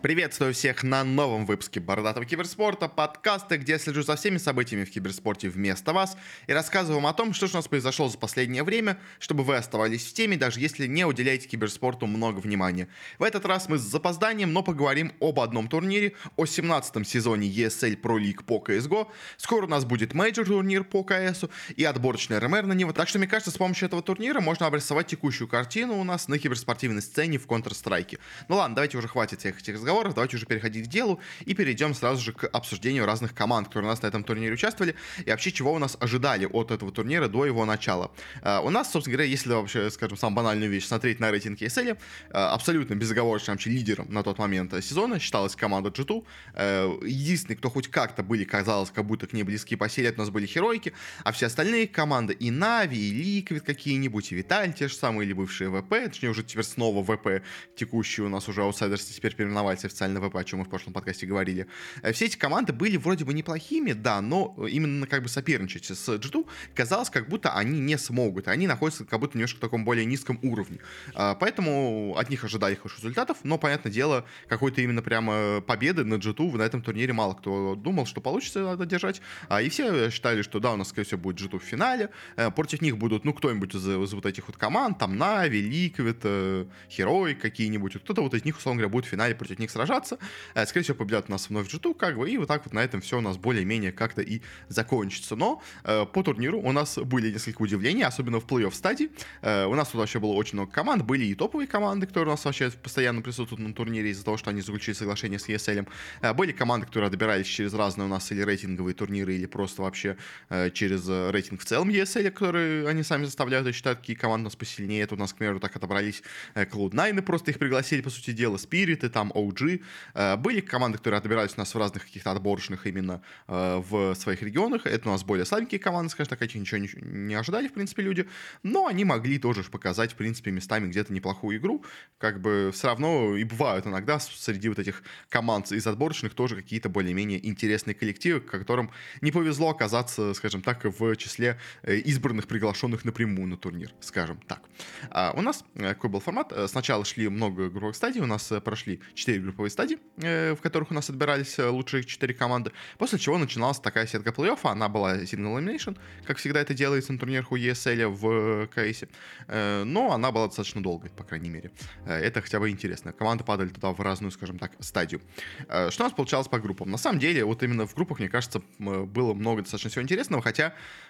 Приветствую всех на новом выпуске Бородатого Киберспорта, подкаста, где я слежу за всеми событиями в киберспорте вместо вас и рассказываю вам о том, что же у нас произошло за последнее время, чтобы вы оставались в теме, даже если не уделяете киберспорту много внимания. В этот раз мы с запозданием, но поговорим об одном турнире, о 17-м сезоне ESL Pro League по CSGO. Скоро у нас будет мейджор турнир по CS и отборочный РМР на него, так что мне кажется, с помощью этого турнира можно обрисовать текущую картину у нас на киберспортивной сцене в Counter-Strike. Ну ладно, давайте уже хватит всех этих разговоров, давайте уже переходить к делу и перейдем сразу же к обсуждению разных команд, которые у нас на этом турнире участвовали, и вообще чего у нас ожидали от этого турнира до его начала. У нас, собственно говоря, если вообще, скажем, самую банальную вещь, смотреть на рейтинг ESL, абсолютно безоговорочно вообще лидером на тот момент сезона считалась команда G2. Единственный, кто хоть как-то были, казалось, как будто к ней близки по силе, это у нас были Heroic, а все остальные команды и Na'Vi, и Liquid какие-нибудь, и Vital те же самые, или бывшие ВП, точнее уже теперь снова ВП, текущие у нас уже аутсайдерсы теперь переименовались официально ВП, о чем мы в прошлом подкасте говорили. Все эти команды были вроде бы неплохими, да, но именно как бы соперничать с G2 казалось, как будто они не смогут. Они находятся как будто немножко в таком более низком уровне. Поэтому от них ожидали хороших результатов, но, понятное дело, какой-то именно прямо победы на G2 на этом турнире мало кто думал, что получится одержать. И все считали, что да, у нас, скорее всего, будет G2 в финале. Против них будут, кто-нибудь из вот этих вот команд, там Na'Vi, Liquid, Heroic какие-нибудь. Кто-то вот из них, условно говоря, будет в финале против них сражаться. Скорее всего, победят у нас вновь G2, как бы, и вот так вот на этом все у нас более-менее как-то и закончится. Но по турниру у нас были несколько удивлений, особенно в плей-офф стадии. У нас тут вообще было очень много команд, были и топовые команды, которые у нас вообще постоянно присутствуют на турнире из-за того, что они заключили соглашение с ESL. Были команды, которые добирались через разные у нас или рейтинговые турниры, или просто вообще через рейтинг в целом ESL, которые они сами заставляют и считают, какие команды у нас посильнее. Это у нас, к примеру, так отобрались Cloud9, просто их пригласили, по сути дела, Spirit, там OG. Были команды, которые отбирались у нас в разных каких-то отборочных именно в своих регионах. Это у нас более слабенькие команды, скажем так, эти ничего не ожидали, в принципе, люди. Но они могли тоже показать, в принципе, местами где-то неплохую игру. Как бы все равно и бывают иногда среди вот этих команд из отборочных тоже какие-то более-менее интересные коллективы, которым не повезло оказаться, скажем так, в числе избранных, приглашенных напрямую на турнир, скажем так. У нас какой был формат? Сначала шли много групповых стадий, у нас прошли 4 групповые стадии, в которых у нас отбирались лучшие 4 команды, после чего начиналась такая сетка плей-оффа, она была single elimination, как всегда это делается на турнирах у ESL в КС, но она была достаточно долгой, по крайней мере. Это хотя бы интересно. Команды падали туда в разную, скажем так, стадию. Что у нас получалось по группам? На самом деле, вот именно в группах, мне кажется, было много достаточно всего интересного, хотя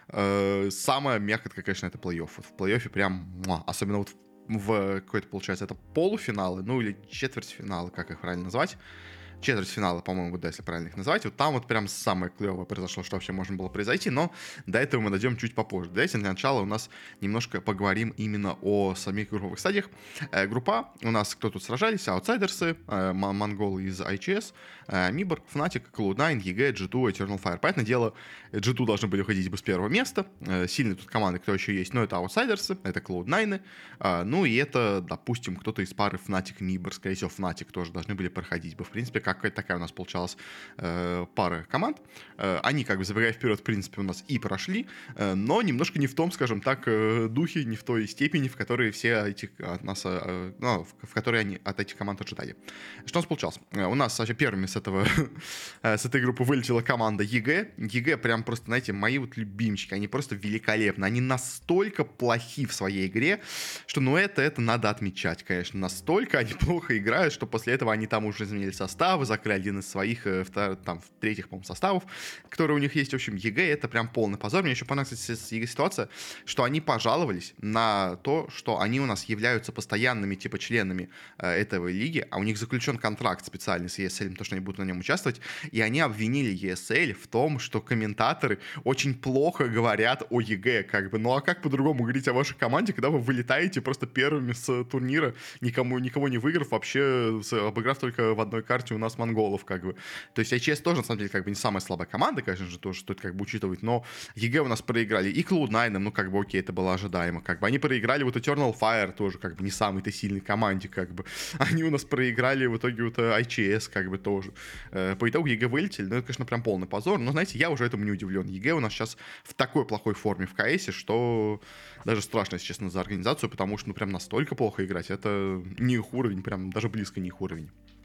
самая мякотка, конечно, это плей-офф. Вот в плей-оффе прям, особенно вот в какой-то, получается, это полуфиналы, ну или четвертьфиналы, как их правильно назвать. Четвертьфинала, по-моему, да, если правильно их назвать. Вот там вот прям самое клевое произошло, что вообще можно было произойти, но до этого мы дойдем чуть попозже. Давайте для начала у нас немножко поговорим именно о самих групповых стадиях. Группа, у нас кто тут сражались? Аутсайдерсы, монголы из IGS, Мибор, Fnatic, Cloud9, EG, G2, Eternal Fire. Понятное дело, G2 должны были уходить бы с первого места. Сильные тут команды, кто еще есть, но это аутсайдерсы, это Cloud9, ну и это, допустим, кто-то из пары Fnatic, Мибор, скорее всего, Fnatic тоже должны были проходить бы, в принципе, какая-то такая у нас получалась пара команд. Они, как бы забегая вперед, в принципе, у нас и прошли, но немножко не в том, скажем так, духе, не в той степени, в которой все эти от нас, в которой они от этих команд ожидали. Что у нас получалось? У нас вообще первыми с этой группы вылетела команда EG. EG прям просто, знаете, мои вот любимчики, они просто великолепны. Они настолько плохи в своей игре, что, ну, это надо отмечать, конечно. Настолько они плохо играют, что после этого они там уже изменили состав, закрыли один из своих, там, третьих, по-моему, составов, которые у них есть. В общем, ЕГЭ — это прям полный позор. Мне еще понравилась, кстати, с ЕГЭ ситуация, что они пожаловались на то, что они у нас являются постоянными, типа, членами этого лиги, а у них заключен контракт специальный с ESL, то, что они будут на нем участвовать, и они обвинили ESL в том, что комментаторы очень плохо говорят о ЕГЭ, как бы. Ну, а как по-другому говорить о вашей команде, когда вы вылетаете просто первыми с турнира, никого не выиграв, вообще обыграв только в одной карте у нас монголов, как бы. То есть ICS тоже, на самом деле, как бы не самая слабая команда, конечно же, тоже стоит как бы учитывать, но ЕГЭ у нас проиграли и Cloud9, ну, как бы, окей, это было ожидаемо, как бы. Они проиграли вот Eternal Fire тоже, как бы, не самой-то сильной команде, как бы. Они у нас проиграли в итоге вот ICS, как бы, тоже. По итогу ЕГЭ вылетели, ну, это, конечно, прям полный позор, но, знаете, я уже этому не удивлен. ЕГЭ у нас сейчас в такой плохой форме в КСе, что даже страшно, если честно, за организацию, потому что, ну, прям настолько плохо играть, это не их уровень, прям даже близко не их уровень.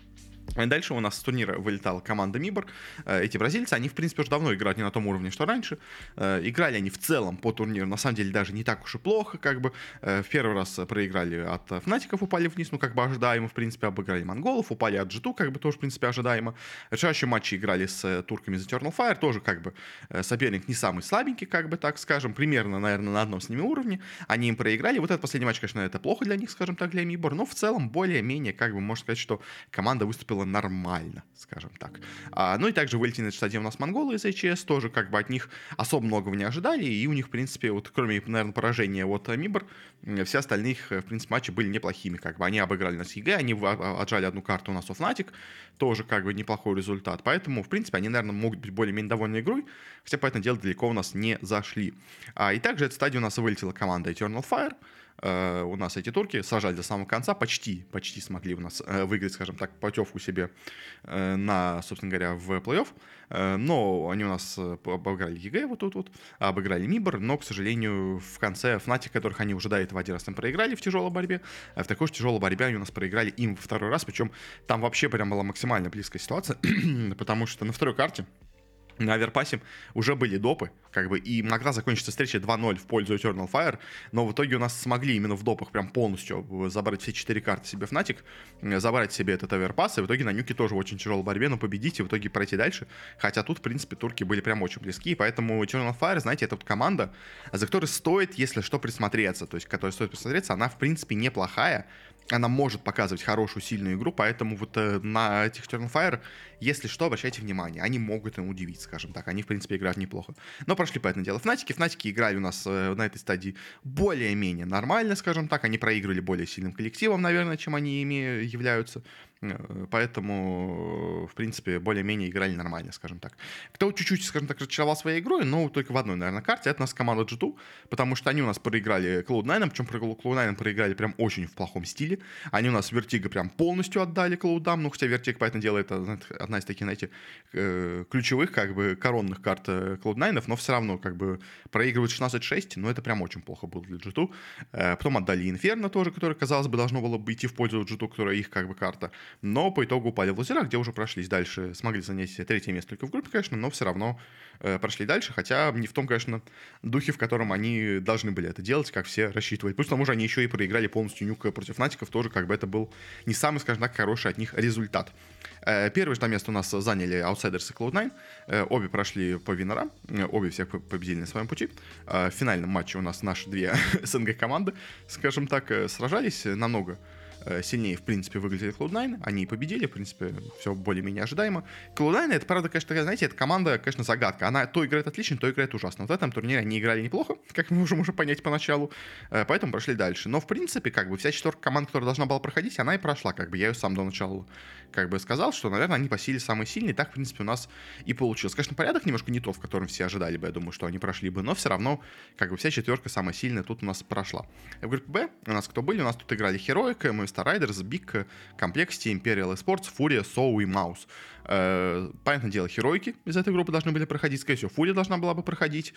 И дальше у нас с турнира вылетала команда Мибор. Эти бразильцы, они, в принципе, уже давно играют не на том уровне, что раньше. Играли они в целом по турниру, на самом деле, даже не так уж и плохо, как бы. В первый раз проиграли от Фнатиков, упали вниз, ну, как бы ожидаемо, в принципе, обыграли монголов, упали от G2, как бы тоже, в принципе, ожидаемо. Решающие матчи играли с турками из Eternal Fire, тоже, как бы, соперник не самый слабенький, как бы, так скажем, примерно, наверное, на одном с ними уровне. Они им проиграли. Вот этот последний матч, конечно, это плохо для них, скажем так, для Мибор, но в целом, более-менее, как бы, можно сказать, что команда выступила нормально, скажем так. Ну и также вылетели на стадии у нас монголы из HCS, тоже как бы от них особо многого не ожидали, и у них, в принципе, вот кроме, наверное, поражения от Мибор, все остальные их, в принципе, матчи были неплохими, как бы они обыграли нас ЕГЭ, они отжали одну карту у нас у Fnatic, тоже как бы неплохой результат, поэтому, в принципе, они, наверное, могут быть более-менее довольны игрой, хотя, по этому делу, далеко у нас не зашли. И также эта стадия у нас вылетела команда Eternal Fire. У нас эти турки сажали до самого конца, почти смогли у нас выиграть, скажем так, путевку себе на, собственно говоря, в плей-офф. Но они у нас обыграли ЕГЭ вот тут вот, обыграли Мибор, но, к сожалению, в конце Fnatic, которых они уже до этого один раз там проиграли в тяжелой борьбе, в такой же тяжелой борьбе они у нас проиграли им во второй раз, причем там вообще прям была максимально близкая ситуация, потому что на второй карте на Аверпасе уже были допы, как бы, и могла закончиться встреча 2-0 в пользу Eternal Fire, но в итоге у нас смогли именно в допах прям полностью забрать все 4 карты себе Fnatic, забрать себе этот Аверпас, и в итоге на Нюке тоже в очень тяжелой борьбе, но победить и в итоге пройти дальше, хотя тут, в принципе, турки были прям очень близки, поэтому Eternal Fire, знаете, это вот команда, за которой стоит, если что, присмотреться, то есть, которой стоит присмотреться, она, в принципе, неплохая, она может показывать хорошую, сильную игру, поэтому вот на этих Eternal Fire, если что, обращайте внимание, они могут им удивить, скажем так, они, в принципе, играют неплохо. Но прошли, поэтому дело, Фнатики играли у нас на этой стадии более-менее нормально, скажем так, они проигрывали более сильным коллективом, наверное, чем они ими являются, поэтому, в принципе, более-менее играли нормально, скажем так. Кто чуть-чуть, скажем так, разочаровал своей игрой, но только в одной, наверное, карте, это у нас команда G2, потому что они у нас проиграли Cloud9, причем Cloud9 проиграли прям очень в плохом стиле. Они у нас Vertigo прям полностью отдали Cloud9, ну, хотя Vertigo, поэтому дело, это одна из таких, знаете, ключевых, как бы, коронных карт Cloud9, но все равно, как бы, проигрывают 16-6, но это прям очень плохо было для G2. Потом отдали Inferno тоже, которое, казалось бы, должно было бы идти в пользу G2, которая их, как бы, карта. Но по итогу упали в лузера, где уже прошлись дальше, смогли занять третье место только в группе, конечно, но все равно прошли дальше, хотя не в том, конечно, духе, в котором они должны были это делать, как все рассчитывали. Плюс к тому же они еще и проиграли полностью Нюка против Фнатиков, тоже как бы это был не самый, скажем так, хороший от них результат. Первое же место у нас заняли Outsiders и Cloud9, обе прошли по винерам, обе всех победили на своем пути. В финальном матче у нас наши две СНГ команды, скажем так, сражались намного сильнее, в принципе, выглядели Cloud9. Они победили, в принципе, все более-менее ожидаемо. Cloud9, это, правда, конечно, такая, знаете, эта команда, конечно, загадка. Она то играет отлично, то играет ужасно. Вот в этом турнире они играли неплохо, как мы можем уже понять поначалу, поэтому прошли дальше. Но, в принципе, как бы вся четверка команд, которая должна была проходить, она и прошла, как бы я ее сам до начала как бы сказал, что, наверное, они по силе самые сильные. Так, в принципе, у нас и получилось. Конечно, порядок немножко не тот, в котором все ожидали бы, я думаю, что они прошли бы, но все равно, как бы, вся четверка самая сильная тут у нас прошла. В группе Б у нас кто были? У нас тут играли Heroic, Movistar Riders, Big, Complexity, Imperial Esports, Furia, Soul и Mouse. Понятное дело, Херойки из этой группы должны были проходить, скорее всего, Фурия должна была бы проходить,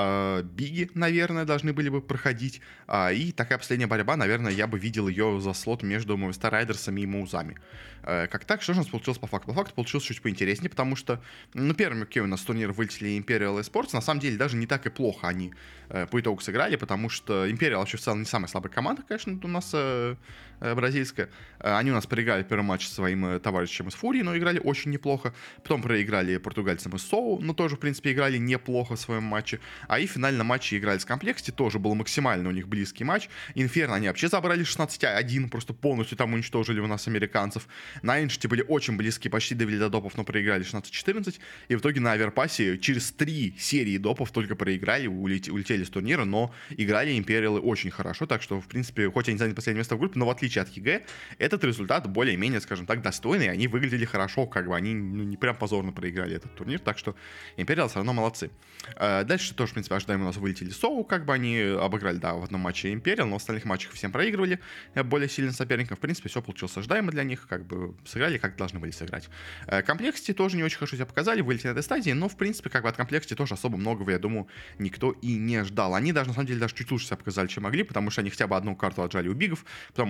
Биги, наверное, должны были бы проходить, и такая последняя борьба, наверное, я бы видел ее за слот между Movistar Райдерсами и Маузами. Как так, что же у нас получилось по факту? По факту получилось чуть поинтереснее, потому что, ну, первыми, какие у нас с турнира вылетели Imperial Esports, на самом деле даже не так и плохо они по итогу сыграли, потому что Imperial вообще в целом не самая слабая команда, конечно, у нас бразильская. Они у нас проиграли первый матч своим товарищам из Фурии, но играли очень неплохо. Потом проиграли португальцам из Соу, но тоже, в принципе, играли неплохо в своем матче. А и в финальном матче играли с Complexity, тоже был максимально у них близкий матч. Инферно они вообще забрали 16-1, просто полностью там уничтожили у нас американцев. На Инште были очень близки, почти довели до допов, но проиграли 16-14. И в итоге на Аверпасе через 3 серии допов только проиграли, улетели с турнира, но играли империалы очень хорошо, так что, в принципе, хоть они заняли последнее место в группе, но в отличие от ЕГЭ, этот результат более-менее, скажем так, достойный, они выглядели хорошо, как бы они не прям позорно проиграли этот турнир, так что Imperial все равно молодцы. Дальше тоже, в принципе, ожидаемо у нас вылетели Соу, как бы они обыграли, да, в одном матче Imperial, но в остальных матчах всем проигрывали более сильным соперникам, в принципе, все получилось ожидаемо для них, как бы сыграли, как должны были сыграть. Complexity тоже не очень хорошо себя показали, вылетели на этой стадии, но, в принципе, как бы от Complexity тоже особо многого, я думаю, никто и не ждал. Они даже, на самом деле, даже чуть лучше себя показали, чем могли, потому что они хотя бы одну карту отжали у бигов, потом вот еще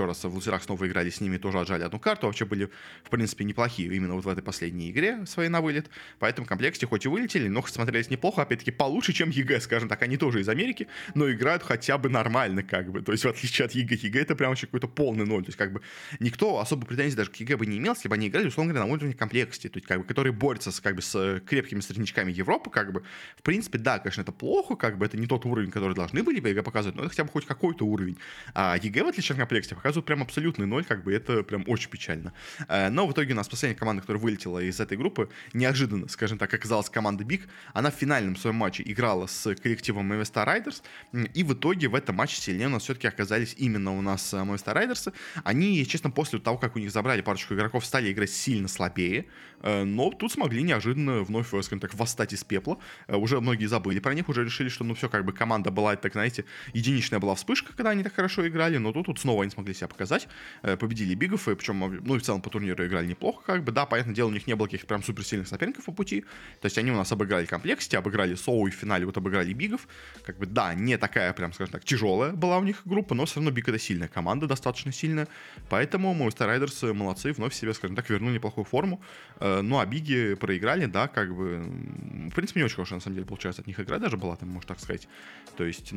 еще раз в лузерах снова играли с ними, тоже отжали одну карту, вообще были, в принципе, неплохие именно вот в этой последней игре своей на вылет. Поэтому в комплекте хоть и вылетели, но смотрелись неплохо, опять-таки получше, чем ЕГЭ, скажем так. Они тоже из Америки, но играют хотя бы нормально, как бы. То есть в отличие от ЕГЭ, ЕГЭ это прям вообще какой-то полный ноль. То есть как бы никто особо претензий даже к ЕГЭ бы не имел, если бы они играли, условно говоря, на уровне комплексити, то есть как бы, которые борются с, как бы, с крепкими среднячками Европы, как бы. В принципе, да, конечно, это плохо, как бы это не тот уровень, который должны были бы ЕГЭ показывать, но это хотя бы хоть какой-то уровень. А ЕГЭ, в отличие от комплексити, показывают прям абсолютный ноль, как бы это прям очень печально. Но в итоге у нас последняя команда, которая вылетела из этой группы, неожиданно, скажем так, оказалась команда Биг. Она в финальном своем матче играла с коллективом Movistar Riders, и в итоге в этом матче сильнее у нас все-таки оказались именно у нас Movistar Riders. Они, честно, после того, как у них забрали парочку игроков, стали играть сильно слабее, но тут смогли неожиданно вновь, скажем так, восстать из пепла. Уже многие забыли про них, уже решили, что, ну, все, как бы команда была, так, знаете, единичная была вспышка, когда они так хорошо играли, но тут снова они смогли себя показать, победили Бигов, и причем, ну, и в целом по турниру играли неплохо, как бы, да, понятное дело, у них не было каких-то прям суперсильных соперников по пути, то есть они у нас обыграли комплексити, обыграли Соу и в финале вот обыграли Бигов, как бы, да, не такая прям, скажем так, тяжелая была у них группа, но все равно Биг это сильная команда, достаточно сильная, поэтому Movistar Riders молодцы, вновь себе, скажем так, вернули неплохую форму, ну, а Биги проиграли, да, как бы, в принципе, не очень хорошо, на самом деле, получается, от них игра даже была, там, можно так сказать, то есть,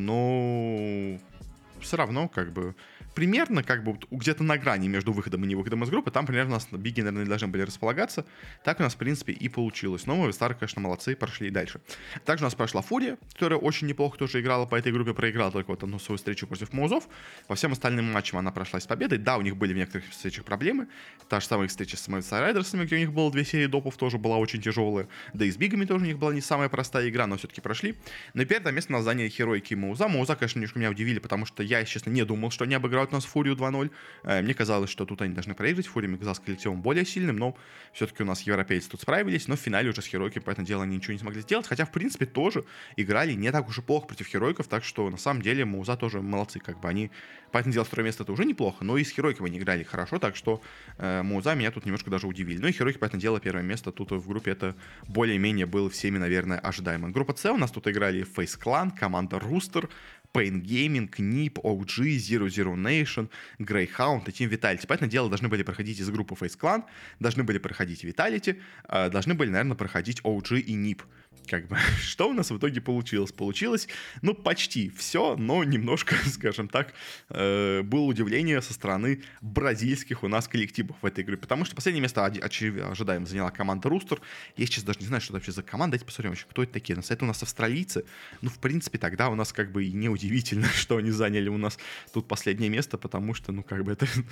ну, все равно, как бы, примерно, как бы, где-то на грани между выходом и невыходом из группы, там примерно у нас Биги, наверное, должны были располагаться. Так у нас, в принципе, и получилось. Но Movistar, конечно, молодцы, прошли дальше. Также у нас прошла Фурия, которая очень неплохо тоже играла по этой группе, проиграла только вот одну свою встречу против Маузов. По всем остальным матчам она прошла с победой. Да, у них были в некоторых встречах проблемы. Та же самая встреча с Movistar Riders, где у них было 2 серии допов, тоже была очень тяжелая. Да и с Бигами тоже у них была не самая простая игра, но все-таки прошли. Но и первое место на заняли Херойки и Мауза. Мауза, конечно, немножко меня удивили, потому что я, честно, не думал, что они обыграют у нас Фурию 2-0. Мне казалось, что тут они должны проиграть. Фурия мне казалась коллективом более сильным, но все-таки у нас европейцы тут справились. Но в финале уже с Херойкой, по этому делу, они ничего не смогли сделать. Хотя, в принципе, тоже играли не так уж и плохо против Херойков. Так что, на самом деле, Мауза тоже молодцы. Как бы они, по этому делу, второе место это уже неплохо. Но и с Херойком они играли хорошо. Так что Мауза меня тут немножко даже удивили. Ну и Херойки, по этому делу, первое место тут в группе это более-менее было всеми, наверное, ожидаемо. Группа С у нас тут играли Face Clan, команда Rooster, Pain Gaming, NiP, OG, Zero Zero Nation, Greyhound и Team Vitality. Поэтому дело должны были проходить из группы Face Clan, должны были проходить Vitality, должны были, наверное, проходить OG и NiP. Как бы, что у нас в итоге получилось? Получилось, ну, почти все, но немножко, скажем так, было удивление со стороны бразильских у нас коллективов в этой игре, потому что последнее место ожидаемо заняла команда Rooster. Я сейчас даже не знаю, что это вообще за команда. Давайте посмотрим вообще, кто это такие. Это у нас австралийцы. Ну, в принципе, тогда у нас как бы и не удивительно, что они заняли у нас тут последнее место, потому что, ну, как бы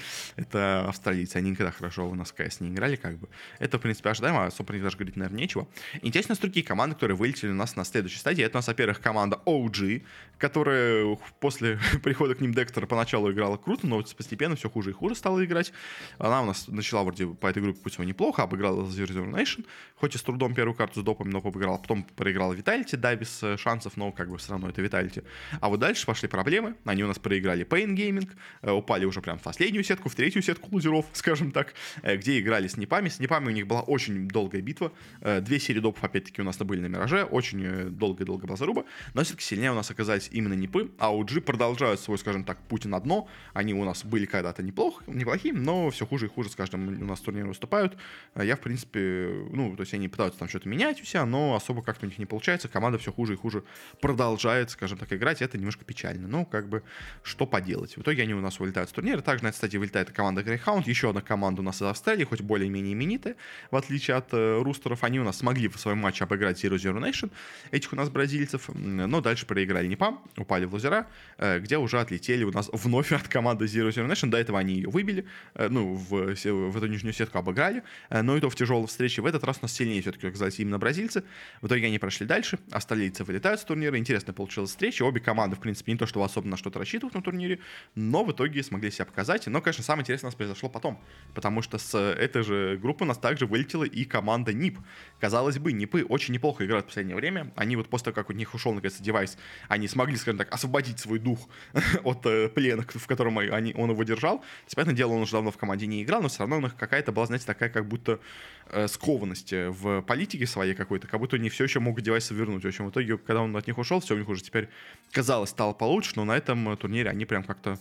это австралийцы. Они никогда хорошо у нас в КС не играли, как бы. Это, в принципе, ожидаемо, особо про них даже говорить, наверное, нечего. Интересно, с другие команды, которые вылетели у нас на следующей стадии. Это у нас, во-первых, команда OG, которая после прихода к ним Декстера поначалу играла круто, но постепенно все хуже и хуже стала играть. Она у нас начала вроде по этой группе путь неплохо, обыграла Zero Zero Nation, хоть и с трудом первую карту с допами, но обыграла. Потом проиграла Vitality, да, без шансов, но как бы все равно это Vitality. А вот дальше пошли проблемы. Они у нас проиграли Pain Gaming, упали уже прям в последнюю сетку, в третью сетку лузеров, скажем так, где играли с Нипами. С Нипами у них была очень долгая битва. 2 серии допов, опять-таки, у нас были на Мираже. Очень долгая была заруба. Но все-таки сильнее у нас оказались именно Нипы. А OG продолжают свой, скажем так, путь на дно. Они у нас были когда-то неплохие, но все хуже и хуже с каждым у нас турниром выступают. Я, в принципе, ну, то есть они пытаются там что-то менять у себя, но особо как-то у них не получается. Команда все хуже и хуже продолжает, скажем так, играть. Это немножко печально. Ну, как бы, что поделать. В итоге они у нас вылетают с турнира. Также на этой стадии вылетает команда Greyhound. Еще одна команда у нас из Австралии, хоть более-менее именитая. В отличие от рустеров, они у нас смогли в своем матче обыграть Zero Zero Nation, этих у нас бразильцев. Но дальше проиграли Непам, упали в лузера, где уже отлетели у нас вновь от команды Zero Zero Nation. До этого они ее выбили, ну, в эту нижнюю сетку обыграли. Но и то в тяжелой встрече. В этот раз у нас сильнее все-таки оказались именно бразильцы. В итоге они прошли дальше. Австралийцы вылетают с турнира. Интересно получилась встреча. Обе команды, в принципе, не то, что особо на что-то рассчитывают на турнире, но в итоге смогли себя показать. Но, конечно, самое интересное у нас произошло потом, потому что с этой же группы у нас также вылетела и команда НиП. Казалось бы, НиПы очень неплохо играют в последнее время. Они вот после того, как у них ушел, наконец-то, девайс, они смогли, скажем так, освободить свой дух от плена, в котором он его держал. Понятное дело, он уже давно в команде не играл, но все равно у них какая-то была, знаете, такая как будто скованность в политике своей какой-то, как будто они все еще могут девайсы вернуть. В общем, в итоге, когда он от них ушел, все у них уже теперь, казалось, стало получше, но на этом турнире они прям как-то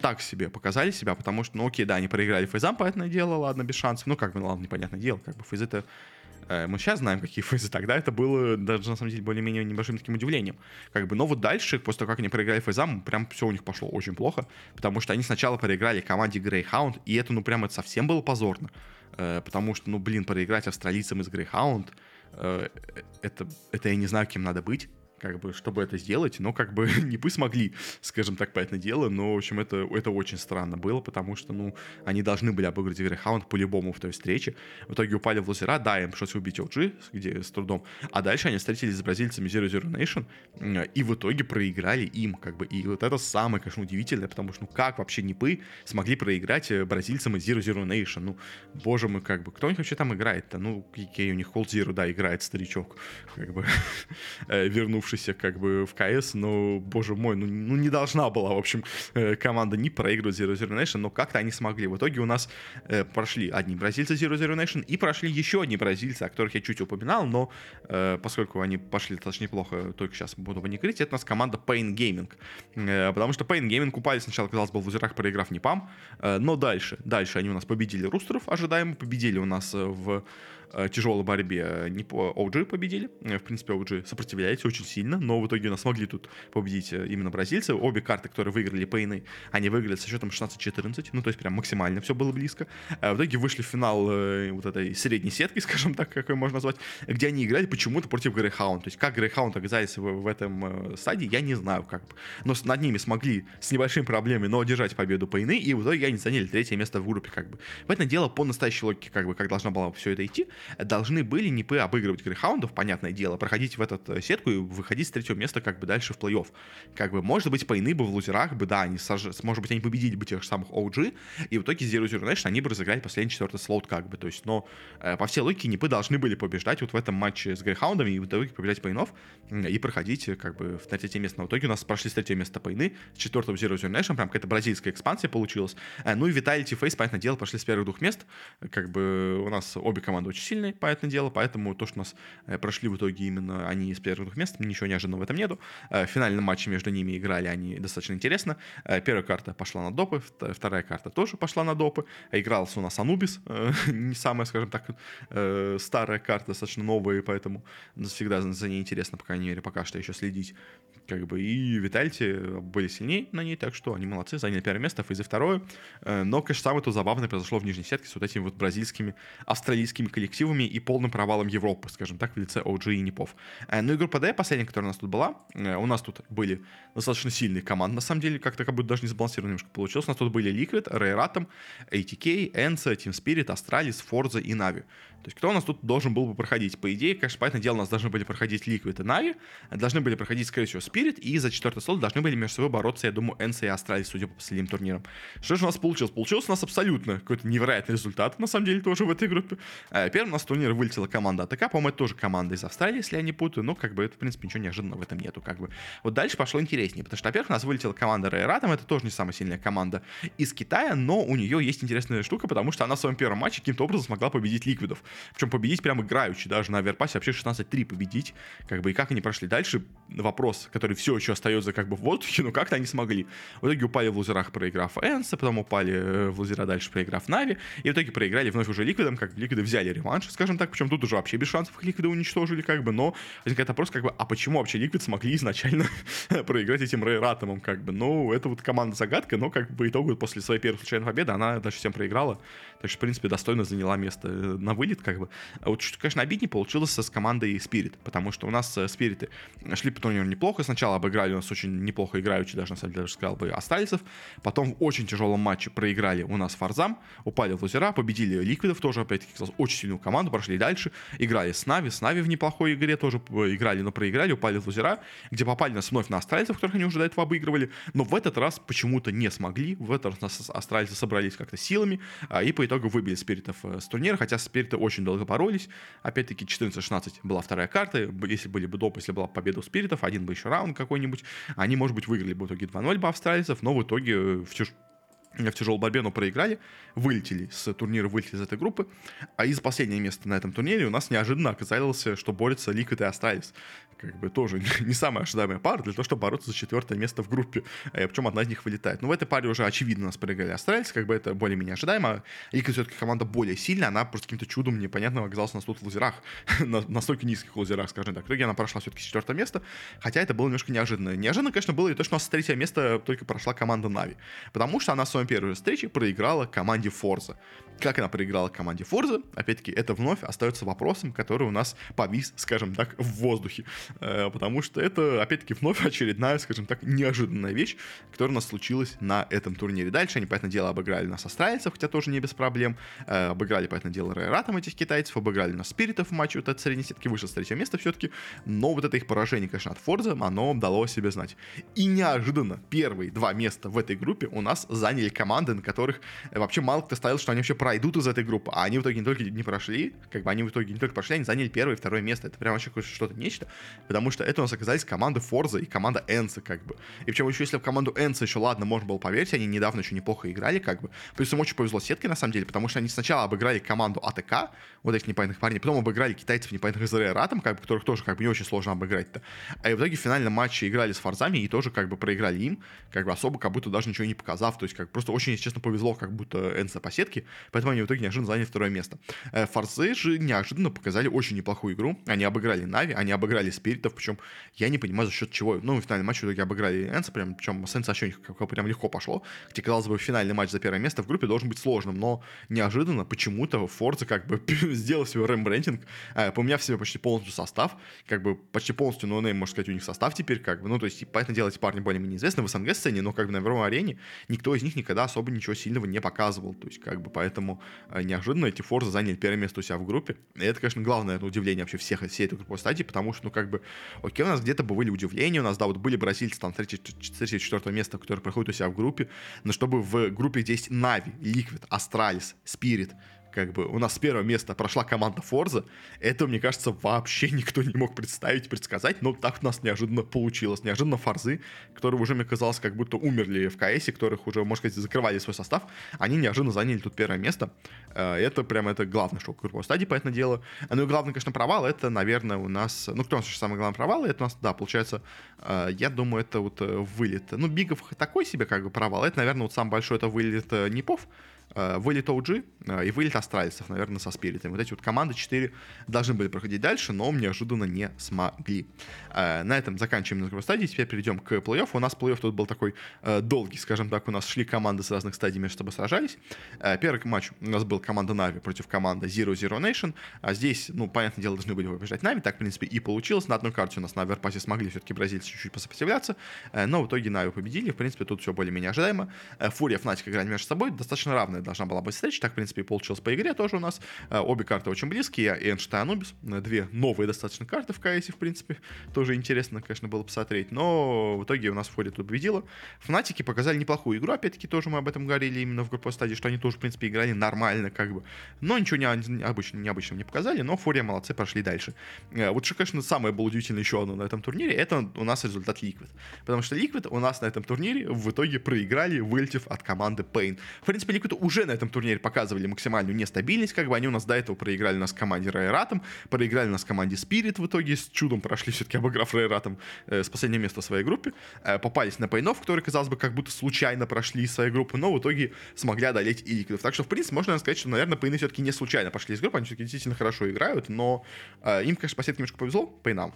так себе показали себя, потому что, ну окей, да, они проиграли фейзам, понятное дело, ладно, без шансов. Ну как бы, ну ладно, непонятное дело, как бы фейзы-то... Мы сейчас знаем, какие фейзы. Тогда это было даже, на самом деле, более-менее небольшим таким удивлением. Как бы, но вот дальше, после того, как они проиграли фейзам, прям все у них пошло очень плохо, потому что они сначала проиграли команде Greyhound, и это, ну, прям это совсем было позорно. Потому что, ну, блин, проиграть австралийцам из Greyhound, это я не знаю, кем надо быть, как бы, чтобы это сделать, но как бы НИПы смогли, скажем так, понятное дело, но, в общем, это очень странно было, потому что, ну, они должны были обыграть Greyhound по-любому в той встрече. В итоге упали в лузера, да, им пришлось убить OG, где с трудом, а дальше они встретились с бразильцами Zero Zero Nation, и в итоге проиграли им, как бы, и вот это самое, конечно, удивительное, потому что, ну, как вообще НИПы смогли проиграть бразильцам из Zero Zero Nation, ну, боже мой, как бы, кто у них вообще там играет-то, ну, у них Cold Zero, да, играет старичок, как бы, вернувшись как бы в КС, но, боже мой, ну не должна была, в общем, команда не проигрывать Zero Zero Nation, но как-то они смогли. В итоге у нас прошли одни бразильцы Zero Zero Nation и прошли еще одни бразильцы, о которых я чуть упоминал, но поскольку они пошли достаточно неплохо, только сейчас буду не крыть, это у нас команда Pain Gaming. Потому что Pain Gaming упали сначала, казалось бы, в лузерах, проиграв НИПам, но дальше они у нас победили рустеров, ожидаемо, победили у нас в тяжелой борьбе не по OG победили. В принципе, OG сопротивляется очень сильно, но в итоге у нас смогли тут победить именно бразильцы. Обе карты, которые выиграли Пейны, они выиграли со счетом 16-14, ну, то есть прям максимально все было близко. В итоге вышли в финал вот этой средней сетки, скажем так, как ее можно назвать, где они играли почему-то против Greyhound. То есть как Greyhound оказались в этом стадии, я не знаю как бы. Но над ними смогли с небольшими проблемами, но одержать победу Пейны, и в итоге они заняли третье место в группе, как бы. В этом дело по настоящей логике, как бы, как должна была все это идти, должны были НИПы обыгрывать Грейхаундов, понятное дело, проходить в эту сетку и выходить с третьего места как бы дальше в плей-офф. Как бы, может быть, Пейны бы в лузерах бы, да, может быть, они победили бы тех же самых OG, и в итоге Zero Zero Nation они бы разыграли последний четвертый слот, как бы, то есть, но по всей логике НИПы должны были побеждать вот в этом матче с Грейхаундами и в итоге побеждать Пейнов и проходить как бы на третье место. Но в итоге у нас прошли с третьего места Пейны, с четвертого Zero Zero Nation, прям какая-то бразильская экспансия получилась. Ну и Vitality Face, понятное дело, пошли с первых двух мест, как бы у нас обе команды очень сильные, понятное дело, поэтому то, что у нас прошли в итоге именно они из первых двух мест, ничего неожиданного в этом нету. В финальном матче между ними играли они достаточно интересно. Первая карта пошла на допы, вторая карта тоже пошла на допы. Игрался у нас Анубис, не самая, скажем так, старая карта, достаточно новая, и поэтому всегда за ней интересно, по крайней мере, пока что еще следить. Как бы, и Vitality были сильнее на ней, так что они молодцы, заняли первое место, Фейзы второе. Но, конечно, самое то забавное произошло в нижней сетке с вот этими вот бразильскими, австралийскими коллективами и полным провалом Европы, скажем так, в лице OG и НИПов. Ну и группа D, последняя, которая у нас тут была, у нас тут были достаточно сильные команды, на самом деле, как-то как будто даже не сбалансированно немножко получилось. У нас тут были Liquid, Rare Atom, ATK, Ensa, Team Spirit, Astralis, Forza и Navi. То есть кто у нас тут должен был бы проходить? По идее, конечно, понятное дело, у нас должны были проходить Liquid и Navi, должны были проходить, скорее всего, Spirit, и за четвертый слот должны были между собой бороться, я думаю, Ensa и Astralis, судя по последним турнирам. Что же у нас получилось? Получилось у нас абсолютно какой-то невероятный результат, на самом деле, тоже в этой группе. Первым у нас турнир вылетела команда АТК, по-моему, это тоже команда из Австралии, если я не путаю, но как бы это, в принципе, ничего неожиданного в этом нету, как бы. Вот дальше пошло интереснее, потому что, во-первых, у нас вылетела команда Rare Atom, это тоже не самая сильная команда из Китая, но у нее есть интересная штука, потому что она в своем первом матче каким-то образом смогла победить Ликвидов. Причем победить прям играючи, даже на Аверпасе вообще 16-3 победить, как бы, и как они прошли дальше, вопрос, который все еще остается как бы в воздухе, но как-то они смогли. В итоге упали в лузерах, проиграв Энса, потом упали в лузера дальше, проиграв Нави, и в итоге проиграли вновь уже Ликвидом, как бы Ликвиды взяли реванш, скажем так, причем тут уже вообще без шансов их Ликвиды уничтожили, как бы, но возникает вопрос, как бы, а почему вообще Ликвид смогли изначально проиграть этим Rare Atom'ом, как бы, ну, это вот команда-загадка, но как бы по итогу после своей первой случайной победы она дальше всем проиграла, так что, в принципе, достойно заняла место на вылет, как бы. А вот, что, конечно, обиднее получилось с командой Spirit, потому что у нас Спириты шли по турниру неплохо, сначала обыграли у нас очень неплохо играючи, даже, на самом деле, даже сказал бы, Астальцев, потом в очень тяжелом матче проиграли у нас Фарзам, упали в лузера, победили Ликвидов, тоже, опять-таки, очень сильную команду, прошли дальше, играли с Нави в неплохой игре тоже играли, но проиграли, упали в лузера, где попали нас вновь на Астральцев, которых они уже до этого обыгрывали, но в этот раз почему-то не смогли, в этот раз нас Астральцы собрались как-то силами, и по итогу выбили Спиритов с турнира, хотя Спириты очень долго боролись, опять-таки 14-16 была вторая карта, если были бы доп, если была победа у Спиритов, один бы еще раунд какой-нибудь, они, может быть, выиграли бы в итоге 2-0 бы австралийцев, но в итоге в тяжелой борьбе, но проиграли, вылетели с турнира, вылетели из этой группы, а из последнего места на этом турнире у нас неожиданно оказалось, что борются Liquid и Astralis. Как бы тоже не самая ожидаемая пара для того, чтобы бороться за 4-е место в группе, причем одна из них вылетает. Но в этой паре уже очевидно нас проиграли Astralis, как бы это более-менее ожидаемо. Liquid все-таки команда более сильная, она просто каким-то чудом непонятным оказалась у нас тут в лузерах, настолько низких лузерах, скажем так. В итоге она прошла все-таки 4-е место, хотя это было немножко неожиданно. Неожиданно, конечно, было и то, что у нас с 3-е место только прошла команда Na'Vi, потому что она в своем первой встрече проиграла команде Forza. Как она проиграла команде Forza, опять-таки, это вновь остается вопросом, который у нас повис, скажем так, в воздухе. Потому что это, опять-таки, вновь очередная, скажем так, неожиданная вещь, которая у нас случилась на этом турнире. Дальше они, понятное дело, обыграли нас австралийцев, хотя тоже не без проблем. Обыграли, понятное дело, Рейратом этих китайцев, обыграли нас Спиритов в матче вот от средней сетки, вышел с 3-го места все-таки. Но вот это их поражение, конечно, от Forza, оно дало о себе знать. И неожиданно первые 2 места в этой группе у нас заняли команды, на которых вообще мало кто ставил, что они вообще пройдут из этой группы. А они в итоге не только не прошли, как бы они в итоге не только прошли, они заняли 1-е и 2-е место. Это прям вообще что-то нечто. Потому что это у нас оказались команды Forza и команда Ensa, как бы. И причем еще если в команду Ensa еще ладно, можно было поверить, они недавно еще неплохо играли, как бы. Плюс им очень повезло с сеткой, на самом деле, потому что они сначала обыграли команду АТК, вот этих непонятных парней, потом обыграли китайцев непонятных из Рейратом, как бы, которых тоже как бы не очень сложно обыграть-то. А и в итоге в финальном матче играли с Форзами и тоже как бы проиграли им, как бы особо как будто даже ничего не показав, то есть как просто очень, если честно, повезло как будто Ensa по сетке, поэтому они в итоге неожиданно заняли 2-е место. Форзы же неожиданно показали очень неплохую игру, они обыграли Na'Vi, они обыграли Спиритов, причем я не понимаю, за счет чего. Ну, в финальном матче в итоге обыграли Энса, причем с Энса вообще прям легко пошло. Хотя, казалось бы, финальный матч за 1-е место в группе должен быть сложным, но неожиданно почему-то Forza как бы сделал свой рембрендинг, поменяв себе почти полностью состав, как бы почти полностью ноунейм, можно сказать, у них состав теперь, как бы, ну, то есть, понятное дело, эти парни более-менее известны в СНГ-сцене, но как бы на мировой арене никто из них никогда особо ничего сильного не показывал, то есть, как бы, поэтому неожиданно эти Forza заняли 1-е место у себя в группе, и это, конечно, главное удивление вообще всей этой групповой стадии, потому что, ну, как бы, окей, у нас где-то были удивления, у нас, да, вот были бразильцы там 3-4 место, которые проходят у себя в группе, но чтобы в группе, где есть Na'Vi, Liquid, Astralis, Spirit, как бы у нас с 1-го места прошла команда Forza, это, мне кажется, вообще никто не мог представить, предсказать, но так у нас неожиданно получилось. Неожиданно Форзы, которые уже, мне казалось, как будто умерли в КСе, которых уже, можно сказать, закрывали свой состав, они неожиданно заняли тут 1-е место. Это прям, это главный шок групповой стадии, понятное дело. Ну и главный, конечно, провал, это, наверное, у нас, ну, кто у нас самый главный провал, это у нас, да, получается, я думаю, это вот вылет. Ну, Бигов такой себе, как бы, провал. Это, наверное, вот самый большой, это вылет Непов, вылет OG и вылет Астралисов, наверное, со Спиритами. Вот эти вот команды 4 должны были проходить дальше, но неожиданно не смогли. На этом заканчиваем групповую стадию. Теперь перейдем к плей-оффу. У нас плей-офф тут был такой долгий, скажем так. У нас шли команды с разных стадий, между собой сражались. Первый матч у нас был команда Na'Vi против команды Zero Zero Nation. А здесь, ну, понятное дело, должны были побеждать Na'Vi. Так, в принципе, и получилось. На одной карте у нас на оверпасе смогли все-таки бразильцы чуть-чуть посопротивляться, но в итоге Na'Vi победили. В принципе, тут все более-менее ожидаемо. Фурия и Fnatic играли между собой. Достаточно равная должна была быть встреча. Так, в принципе, и получилось по игре тоже у нас. Обе карты очень близкие. Эншта и Анубис. 2 новые достаточно карты в КСе, в принципе. Тоже интересно, конечно, было посмотреть. Но в итоге у нас Фурия тут победила. Фнатики показали неплохую игру. Опять-таки, тоже мы об этом говорили именно в групповой стадии, что они тоже, в принципе, играли нормально, как бы. Но ничего необычного не показали. Но Фурия молодцы, пошли дальше. Вот что, конечно, самое было удивительно еще одно на этом турнире, это у нас результат Liquid. Потому что Liquid у нас на этом турнире в итоге проиграли, вылетев от команды Pain. В принципе, Liquid уже на этом турнире показывали максимальную нестабильность, как бы они у нас до этого проиграли нас команде Рейратом, проиграли нас команде Spirit в итоге, с чудом прошли все-таки, обыграв Рейратом с последнего места в своей группе, попались на Пейнов, которые, казалось бы, как будто случайно прошли из своей группы, но в итоге смогли одолеть и Liquid. Так что, в принципе, можно сказать, что, наверное, Пейны все-таки не случайно пошли из группы, они все-таки действительно хорошо играют, но им, конечно, по сетке немножко повезло, Пейнам.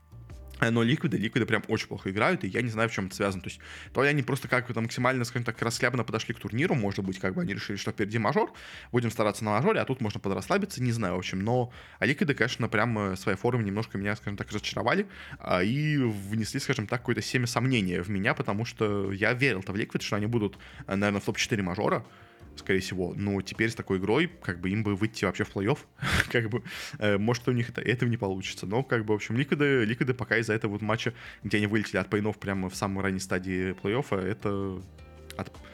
Но ликвиды прям очень плохо играют, и я не знаю, в чем это связано. То есть, то ли они просто как-то максимально, скажем так, расслабленно подошли к турниру, может быть, как бы они решили, что впереди мажор, будем стараться на мажоре, а тут можно подрасслабиться, не знаю, в общем. Но ликвиды, конечно, прям своей формой немножко меня, скажем так, разочаровали и внесли, скажем так, какое-то семя сомнения в меня, потому что я верил-то в Liquid, что они будут, наверное, в топ-4 мажора, скорее всего. Но теперь с такой игрой, как бы, им бы выйти вообще в плей-офф. Как бы, может, у них этого не получится. Но, как бы, в общем, ликвиды пока из-за этого вот матча, где они вылетели от Пейнов прямо в самой ранней стадии плей-оффа,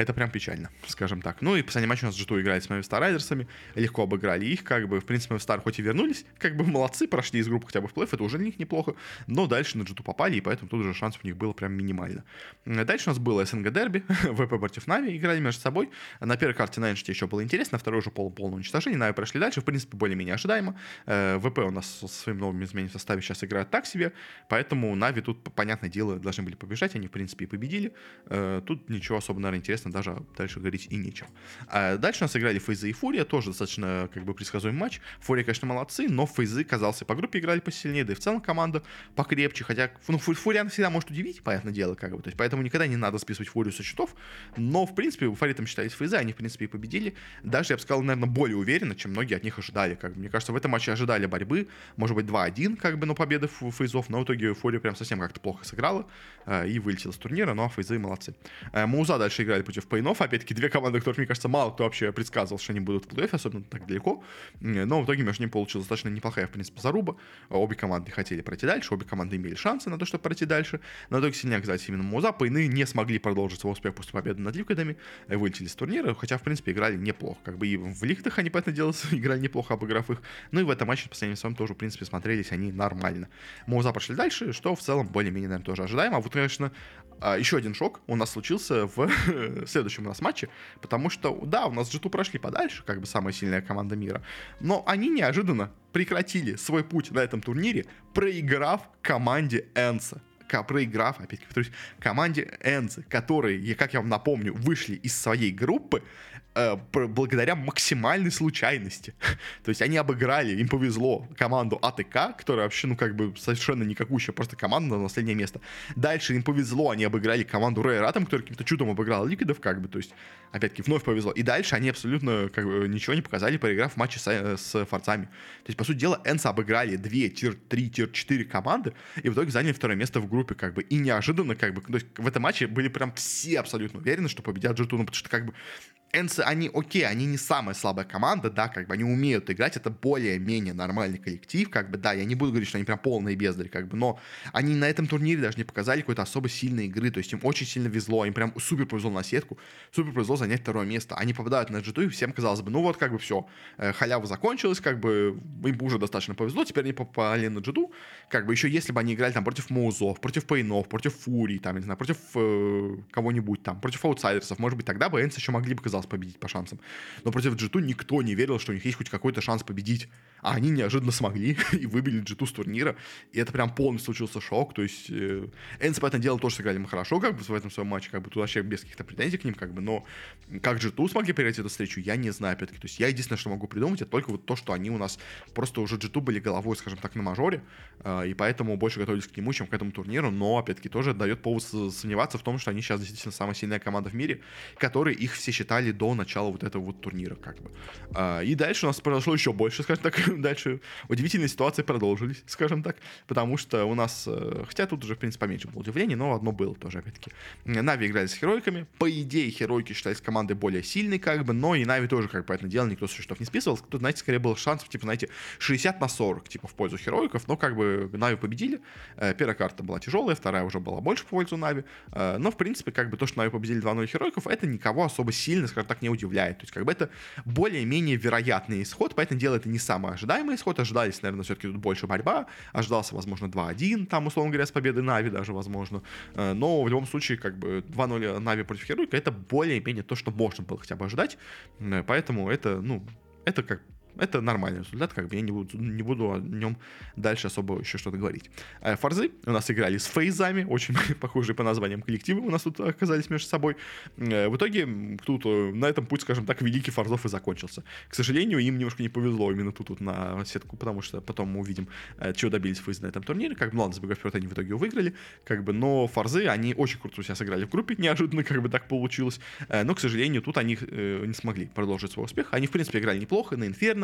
это прям печально, скажем так. Ну и последний матч у нас G2 играет с Movistar Райдерсами, легко обыграли их, как бы, в принципе, Movistar хоть и вернулись, как бы молодцы, прошли из группы хотя бы в плей-офф, это уже для них неплохо, но дальше на G2 попали, и поэтому тут уже шансов у них было прям минимально. Дальше у нас было СНГ дерби, ВП против Нави, играли между собой. На первой карте Navi еще было интересно, на второй уже полное уничтожение, Нави прошли дальше, в принципе, более-менее ожидаемо. ВП у нас со своим новым изменением в составе сейчас играют так себе, поэтому Нави тут, понятное дело, должны были побежать, они, в принципе, и победили. Тут ничего особо, наверное, интересного даже дальше говорить и нечего. Дальше у нас играли Фейзы и Фурия, тоже достаточно, как бы, предсказуемый матч. Фурия, конечно, молодцы, но Фейзы, казался, по группе играли посильнее, да и в целом команда покрепче, хотя, ну, Фурия всегда может удивить, понятное дело, как бы, то есть, поэтому никогда не надо списывать Фурию со счетов, но, в принципе, фаворитом считались Фейзы, они, в принципе, и победили. Даже, я бы сказал, наверное, более уверенно, чем многие от них ожидали, как бы. Мне кажется, в этом матче ожидали борьбы, может быть, 2-1, как бы, но победы Фейзов, но в итоге Фурия прям совсем как-то плохо сыграла и вылетела с турнира, ну, а Фейзы молодцы. Мауза дальше играли против Пейнов, опять-таки, две команды, которых, мне кажется, мало кто вообще предсказывал, что они будут в плей-оффе, особенно так далеко, но в итоге между ними получилась достаточно неплохая, в принципе, заруба. Обе команды хотели пройти дальше, обе команды имели шансы на то, чтобы пройти дальше, но в итоге сильнее оказались именно Мауза. Пейны не смогли продолжить свой успех после победы над Ликвидами, вылетели с турнира, хотя, в принципе, играли неплохо, как бы и в Ликвидах они, понятное дело, играли неплохо, обыграв их, ну и в этом матче, по последним словам, тоже, в принципе, смотрелись они нормально. Мауза пошли дальше, что в целом более-менее, наверное, тоже ожидаемо. А вот, конечно, еще один шок у нас случился в следующем у нас матче, потому что, да, у нас G2 прошли подальше, как бы самая сильная команда мира, но они неожиданно прекратили свой путь на этом турнире, проиграв команде Энса. Проиграв, опять-таки, повторюсь, команде Энцы, которые, как я вам напомню, вышли из своей группы благодаря максимальной случайности. То есть они обыграли, им повезло, команду АТК, которая вообще, ну, как бы совершенно никакущая, просто команда на последнее место. Дальше им повезло, они обыграли команду Rare Atom, которая каким-то чудом обыграла Ликвидов, как бы, то есть, опять-таки, вновь повезло. И дальше они абсолютно, как бы, ничего не показали, проиграв в матче с Форцами. То есть, по сути дела, Энса обыграли 2, тир-3, тир-4 команды, и в итоге заняли второе место в группе, как бы, и неожиданно, как бы, то есть, в этом матче были прям все абсолютно уверены, что победят G2, ну, потому что, как бы, Энсы, они окей, они не самая слабая команда, да, как бы они умеют играть, это более-менее нормальный коллектив, как бы, да, я не буду говорить, что они прям полные бездари, как бы, но они на этом турнире даже не показали какой-то особо сильной игры, то есть им очень сильно везло, им прям супер повезло на сетку, супер повезло занять второе место, они попадают на G2, и всем казалось бы, ну вот, как бы все, халява закончилась, как бы, им уже достаточно повезло, теперь они попали на G2, как бы, еще если бы они играли там против Маузов, против Пейнов, против Фурий, там, не знаю, против кого-нибудь там, против аутсайдерсов, может быть, тогда бы Энсы еще могли бы, казалось, победить по шансам. Но против G2 никто не верил, что у них есть хоть какой-то шанс победить. А они неожиданно смогли и выбили G2 с турнира. И это прям полностью случился шок. То есть Энсы, понятное дело, тоже сыграли мы хорошо как бы в этом своем матче. Как бы тут вообще без каких-то претензий к ним. Как бы, но как G2 смогли перейти эту встречу, я не знаю, опять-таки. То есть я единственное, что могу придумать, это только вот то, что они у нас просто уже G2 были головой, скажем так, на мажоре. И поэтому больше готовились к нему, чем к этому турниру. Но, опять-таки, тоже дает повод сомневаться в том, что они сейчас действительно самая сильная команда в мире, которые их все считали до начала вот этого вот турнира, как бы. И дальше у нас произошло еще больше, скажем так, дальше удивительные ситуации продолжились, скажем так, потому что у нас, хотя тут уже, в принципе, поменьше было удивлений, но одно было тоже, опять-таки. Нави играли с Херойками, по идее, Херойки считались командой более сильной, как бы, но и Нави тоже, как бы, понятное дело, никто со счетов не списывал, тут, знаете, скорее был шанс, типа, знаете, 60-40, типа, в пользу Херойков, но, как бы, Нави победили, первая карта была тяжелая, вторая уже была больше в пользу Нави, но, в принципе, как бы, то, что Нави победили 2-0 Херойков, это никого особо сильно, скажем так, не удивляет. То есть, как бы, это более-менее вероятный исход, поэтому дело это не самый ожидаемый исход, ожидались, наверное, все-таки тут больше борьба, ожидался, возможно, 2-1, там, условно говоря, с победой Нави даже, возможно, но в любом случае, как бы, 2-0 Нави против Херойка, это более-менее то, что можно было хотя бы ожидать, поэтому это, ну, это как это нормальный результат, как бы я не буду о нем дальше особо еще что-то говорить. Форзы у нас играли с Фейзами, очень похожие по названиям коллективы у нас тут оказались между собой. В итоге тут на этом путь, скажем так, великий Форзов и закончился. К сожалению, им немножко не повезло именно тут вот на сетку, потому что потом мы увидим, чего добились Фейзы на этом турнире. Как бы, ладно, забегая вперед, они в итоге выиграли, как бы, но Форзы, они очень круто себя сыграли в группе, неожиданно как бы так получилось, но, к сожалению, тут они не смогли продолжить свой успех. Они, в принципе, играли неплохо, на Инферно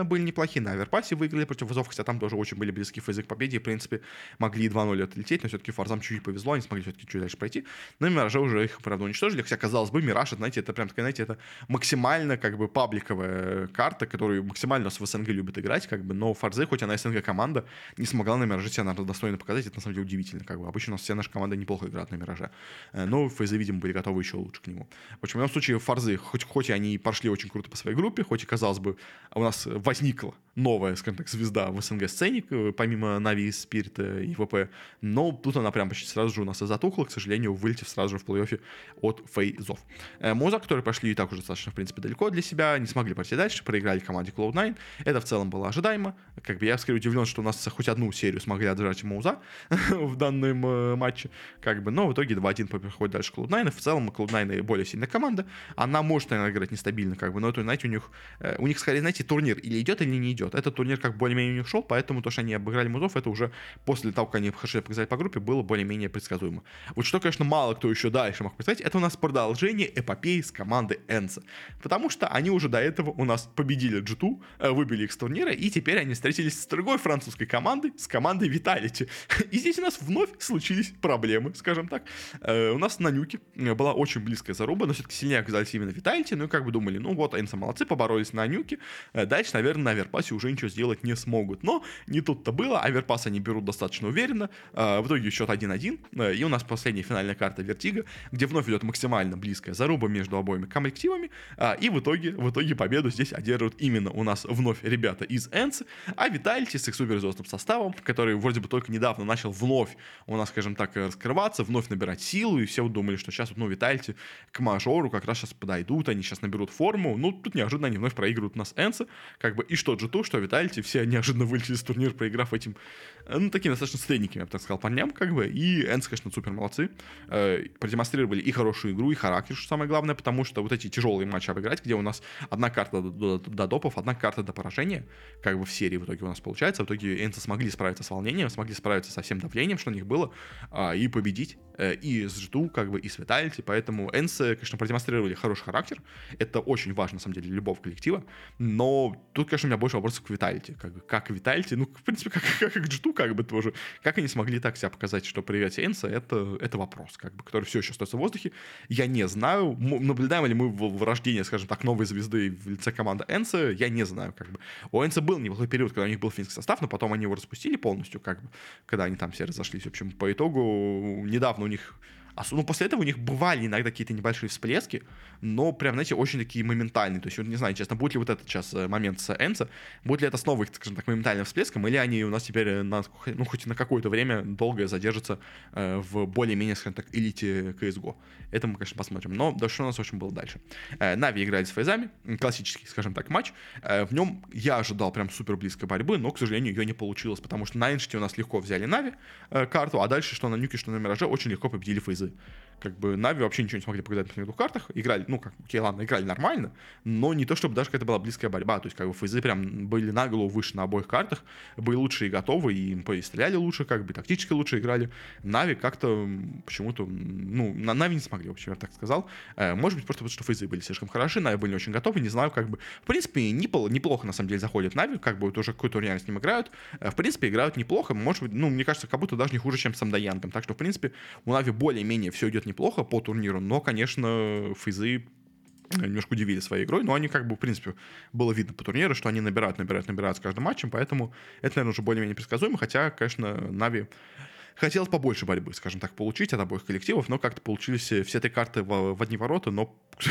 были неплохие, на Аверпасе выиграли против Фейзов, хотя там тоже очень были близки Фейзы к победе, и, в принципе, могли 2-0 отлететь, но все-таки Форзам чуть-чуть повезло, они смогли все-таки чуть дальше пройти, но Мираже уже их, правда, уничтожили, хотя, казалось бы, Мираж, знаете, это прям такая, знаете, это максимально, как бы, пабликовая карта, которую максимально у нас в СНГ любят играть, как бы, но Форзы, хоть она СНГ команда, не смогла на Мираже себя, наверное, достойно показать, это, на самом деле, удивительно, как бы, обычно у нас все наши команды неплохо играют на Мираже, но Фейзы, видимо, были готовы еще лучше к нему. В общем, в любом случае, Форзы, хоть и они прошли очень круто по своей группе, хоть и, казалось бы, у нас возникла новая, скажем так, звезда в СНГ-сцене, помимо Нави, Спирита и ВП, но тут она прям почти сразу же у нас и затухла, к сожалению, вылетев сразу же в плей-оффе от Фейзов. Муза, которые пошли и так уже достаточно, в принципе, далеко для себя, не смогли пройти дальше, проиграли команде Cloud9, это в целом было ожидаемо, как бы я, скорее, удивлен, что у нас хоть одну серию смогли отжать Муза в данном матче, как бы, но в итоге 2-1 проходит дальше Cloud9, в целом Cloud9 более сильная команда, она может, наверное, играть нестабильно, как бы, но это, знаете, у них скорее, знаете, турнир или идет, или не идет. Этот турнир как более-менее у них шел, поэтому то, что они обыграли Музов, это уже после того, как они хорошо показали по группе, было более-менее предсказуемо. Вот что, конечно, мало кто еще дальше мог представить, это у нас продолжение эпопеи с команды Энса. Потому что они уже до этого у нас победили G2, выбили их с турнира, и теперь они встретились с другой французской командой, с командой Vitality. И здесь у нас вновь случились проблемы, скажем так. У нас на нюке была очень близкая заруба, но все-таки сильнее оказались именно Vitality, ну и как бы думали, ну вот, Энса молодцы, поборолись на нюке, дальше, наверное, на Аверпасе уже ничего сделать не смогут. Но не тут-то было, Аверпас они берут достаточно уверенно, в итоге счет 1-1, и у нас последняя финальная карта Вертига, где вновь идет максимально близкая заруба между обоими коллективами, и в итоге победу здесь одерживают именно у нас вновь ребята из Энс, а Vitality с их суперзвездным составом, который вроде бы только недавно начал вновь у нас, скажем так, раскрываться, вновь набирать силу, и все думали, что сейчас вот, ну, Vitality к мажору как раз сейчас подойдут, они сейчас наберут форму, ну, тут неожиданно они вновь проигрывают у нас Энс, как бы, и что G2, что Vitality, все неожиданно вылетели с турнира, проиграв этим, ну, такими достаточно средненькими, я бы так сказал, парням, как бы, и Энс, конечно, супер молодцы, продемонстрировали и хорошую игру, и характер, что самое главное, потому что вот эти тяжелые матчи обыграть, где у нас одна карта до допов, одна карта до поражения, как бы в серии в итоге у нас получается, в итоге Энсы смогли справиться с волнением, смогли справиться со всем давлением, что у них было, и победить, и с G2, как бы, и с Vitality, поэтому Энсы, конечно, продемонстрировали хороший характер, это очень важно, на самом деле, для любого коллектива, но тут, конечно, у меня больше вопросов к Vitality, как Vitality, ну, в принципе, как и к G2, как бы, тоже, как они смогли так себя показать, что привет Энса, это вопрос, как бы, который все еще остается в воздухе, я не знаю, наблюдаем ли мы в рождении, скажем так, новой звезды в лице команды Энса, я не знаю, как бы, у Энса был неплохой период, когда у них был финский состав, но потом они его распустили полностью, как бы, когда они там все разошлись, в общем, по итогу, недавно у них, ну, после этого у них бывали иногда какие-то небольшие всплески, но прям, знаете, очень такие моментальные. То есть, вот, не знаю, честно, будет ли вот этот сейчас момент с Энса, будет ли это снова их, скажем так, моментальным всплеском, или они у нас теперь, ну, хоть на какое-то время долго задержатся в более-менее, скажем так, элите CSGO. Это мы, конечно, посмотрим. Но да, что у нас, в общем, было дальше? Нави играли с Фейзами, классический, скажем так, матч. В нем я ожидал прям супер близкой борьбы, но, к сожалению, ее не получилось, потому что на Инште у нас легко взяли Нави карту, а дальше, что на Нюке, что на Мираже, очень легко победили Фейзы. Как бы Нави вообще ничего не смогли показать на двух картах. Играли, ну, как, окей, ладно, играли нормально, но не то, чтобы даже какая-то была близкая борьба. То есть, как бы, Фейзы прям были на голову выше на обоих картах, были лучше и готовы, и стреляли лучше, как бы, тактически лучше играли. Нави как-то почему-то, ну, на Нави не смогли, в общем, я так сказал. Может быть, просто потому, что Фейзы были слишком хороши, Нави были не очень готовы, не знаю, как бы. В принципе, неплохо, на самом деле, заходят Нави, как бы, вот уже какой-то турнир с ним играют. В принципе, играют неплохо, может быть, ну, мне кажется, как будто даже не хуже, чем с Самдаянгом. Так что, в принципе, у Нави более-менее все идет неплохо по турниру, но, конечно, Фейзы немножко удивили своей игрой, но они, как бы, в принципе, было видно по турниру, что они набирают с каждым матчем, поэтому это, наверное, уже более-менее предсказуемо, хотя, конечно, Нави хотелось побольше борьбы, скажем так, получить от обоих коллективов, но как-то получились все три карты в одни ворота, но,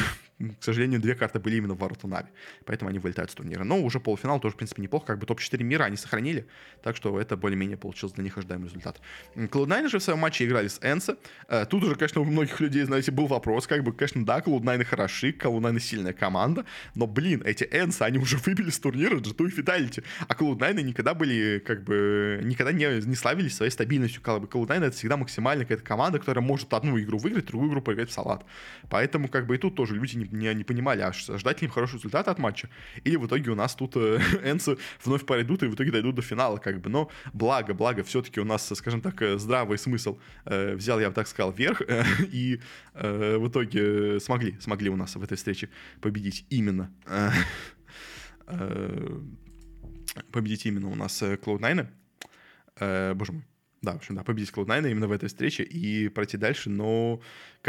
к сожалению, две карты были именно в ворота Нави, поэтому они вылетают с турнира. Но уже полуфинал тоже, в принципе, неплохо, как бы топ-4 мира они сохранили, так что это более-менее получился для них ожидаемый результат. Cloud9 же в своем матче играли с Энса. Тут уже, конечно, у многих людей, знаете, был вопрос, как бы, конечно, да, Cloud9 хороши, Cloud9 сильная команда, но, блин, эти Энсы, они уже выбили с турнира G2 и Vitality, а Cloud9 никогда были, как бы, никогда не славились своей стабильностью. Cloud9 это всегда максимально какая-то команда, которая может одну игру выиграть, другую игру проиграть в салат. Поэтому, как бы, и тут тоже люди не понимали, а ждать ли им хороший результат от матча, или в итоге у нас тут Энсы вновь пройдут и в итоге дойдут до финала, как бы. Но благо, все-таки у нас, скажем так, здравый смысл взял, я бы так сказал, вверх, и в итоге смогли у нас в этой встрече победить именно победить именно у нас Cloud9. Боже мой. Да, в общем, да, победить Cloud9 именно в этой встрече и пройти дальше, но,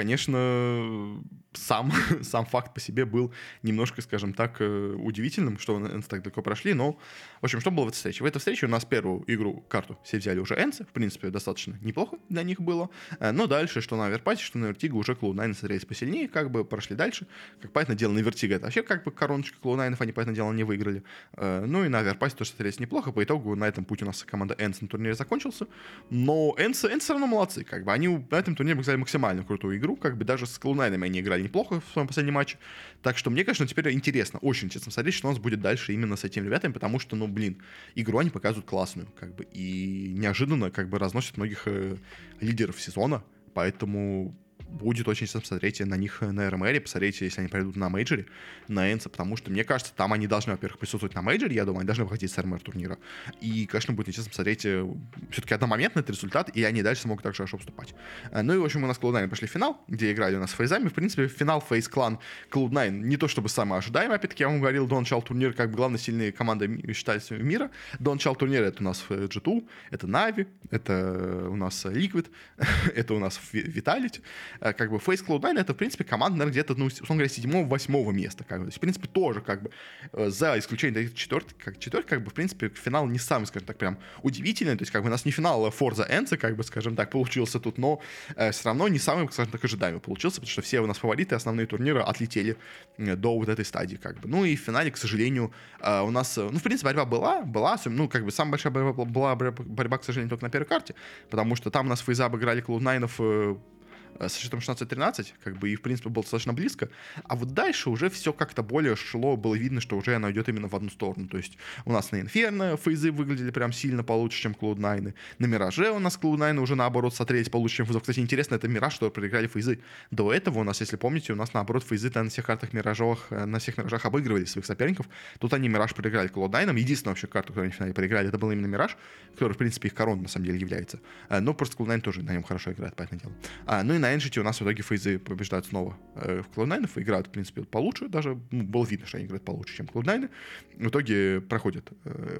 конечно, сам факт по себе был немножко, скажем так, удивительным, что Энцы так далеко прошли, но, в общем, что было в этой встрече? В этой встрече у нас первую карту все взяли уже Энцы, в принципе, достаточно неплохо для них было, но дальше, что на Аверпасе, что на Вертиго, уже Cloud9 смотрелись посильнее, как бы прошли дальше, как понятное дело, на Вертиго это вообще как бы короночка Cloud9, они, понятное дело, не выиграли, ну и на Аверпасе тоже смотрелись неплохо, по итогу на этом путь у нас команда Энцы на турнире закончился. Но Энцы все равно молодцы, как бы, они на этом турнире показали максимально крутую игру, как бы даже с Cloud9 они играли неплохо в своем последнем матче, так что мне, конечно, теперь интересно, очень интересно смотреть, что у нас будет дальше именно с этими ребятами, потому что, ну, блин, игру они показывают классную, как бы, и неожиданно, как бы, разносят многих лидеров сезона, поэтому будет очень интересно посмотреть на них на РМР, посмотреть, если они пройдут на мейджоре, на Энце, потому что, мне кажется, там они должны, во-первых, присутствовать на мейджоре, я думаю, они должны выходить с РМР турнира. И, конечно, будет интересно посмотреть все-таки одномоментный этот результат, и они дальше смогут так же хорошо поступать. Ну и, в общем, у нас Cloud9 пошли в финал, где играли у нас с фейзами. В принципе, финал фейз-клан Cloud9 не то чтобы самый ожидаемый, опять-таки, я вам говорил, до начала турнира, как бы главной сильной командой считались мира. До начала турнира это у нас G2, это Na'Vi, это у нас Liquid, это у нас Vitality. Как бы фейз Cloud9 это, в принципе, команда, наверное, где-то, ну, условно говоря, 7-8 места. Как бы. То есть, в принципе, тоже, как бы, за исключением четвертый, как бы, в принципе, финал не самый, скажем так, прям удивительный. То есть, как бы, у нас не финал Forza Энце, как бы, скажем так, получился тут, но все равно не самый, скажем так, ожидаемый получился, потому что все у нас фавориты, основные турниры отлетели до вот этой стадии, как бы. Ну, и в финале, к сожалению, у нас, ну, в принципе, борьба была, ну, как бы, самая большая борьба, к сожалению, только на первой карте, потому что там у нас фейза обыграли Cloud9 со счетом 16-13, как бы, и, в принципе, было достаточно близко. А вот дальше уже все как-то более шло, было видно, что уже она идет именно в одну сторону. То есть у нас на Инферно фейзы выглядели прям сильно получше, чем Cloud9. На Мираже у нас Cloud9 уже, наоборот, смотрелись получше, чем фейзов. Кстати, интересно, это Мираж, что проиграли фейзы. До этого у нас, если помните, у нас, наоборот, фейзы на всех картах Миражах, обыгрывали своих соперников. Тут они Мираж проиграли Cloud9. Единственная вообще карта, которую они в финале проиграли, это был именно Мираж, который, в принципе, их корон, на самом деле, является. Но просто Cloud9 тоже на нем хорошо играет, понятное дело. Ну и на Эншите у нас в итоге фейзы побеждают снова в Cloud9, играют, в принципе, получше, даже было видно, что они играют получше, чем Cloud9. В итоге проходят,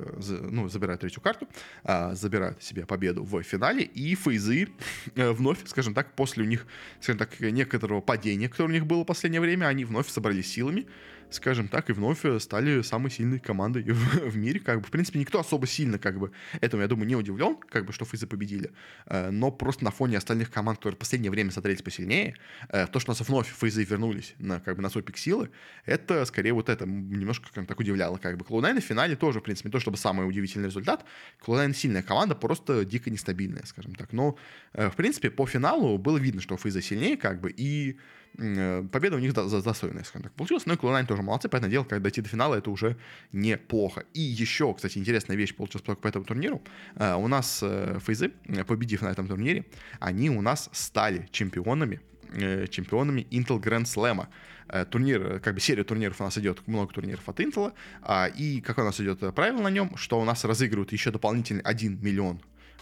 забирают третью карту, забирают себе победу в финале, и фейзы вновь, скажем так, после у них, скажем так, некоторого падения, которое у них было в последнее время, они вновь собрались силами, скажем так, и вновь стали самой сильной командой в мире, как бы, в принципе, никто особо сильно, как бы, этому, я думаю, не удивлен, как бы, что фейзы победили, но просто на фоне остальных команд, которые в последнее время смотрелись посильнее, то, что у нас вновь фейзы вернулись на, как бы, на свой пик силы, это, скорее, вот это немножко, как так, удивляло, как бы, Cloud9 в финале тоже, в принципе, не то, чтобы самый удивительный результат, Cloud9 сильная команда, просто дико нестабильная, скажем так, но, в принципе, по финалу было видно, что фейзы сильнее, как бы, и победа у них достойная, скажем так, получилась. Но и Cloud9 тоже молодцы, понятное дело, когда дойти до финала, это уже неплохо. И еще, кстати, интересная вещь получилась по этому турниру. У нас фейзы, победив на этом турнире, они у нас стали чемпионами Intel Grand Slam. Турнир, как бы серия турниров у нас идет, много турниров от Intel, и как у нас идет правило на нем, что у нас разыгрывают еще дополнительный $1 миллион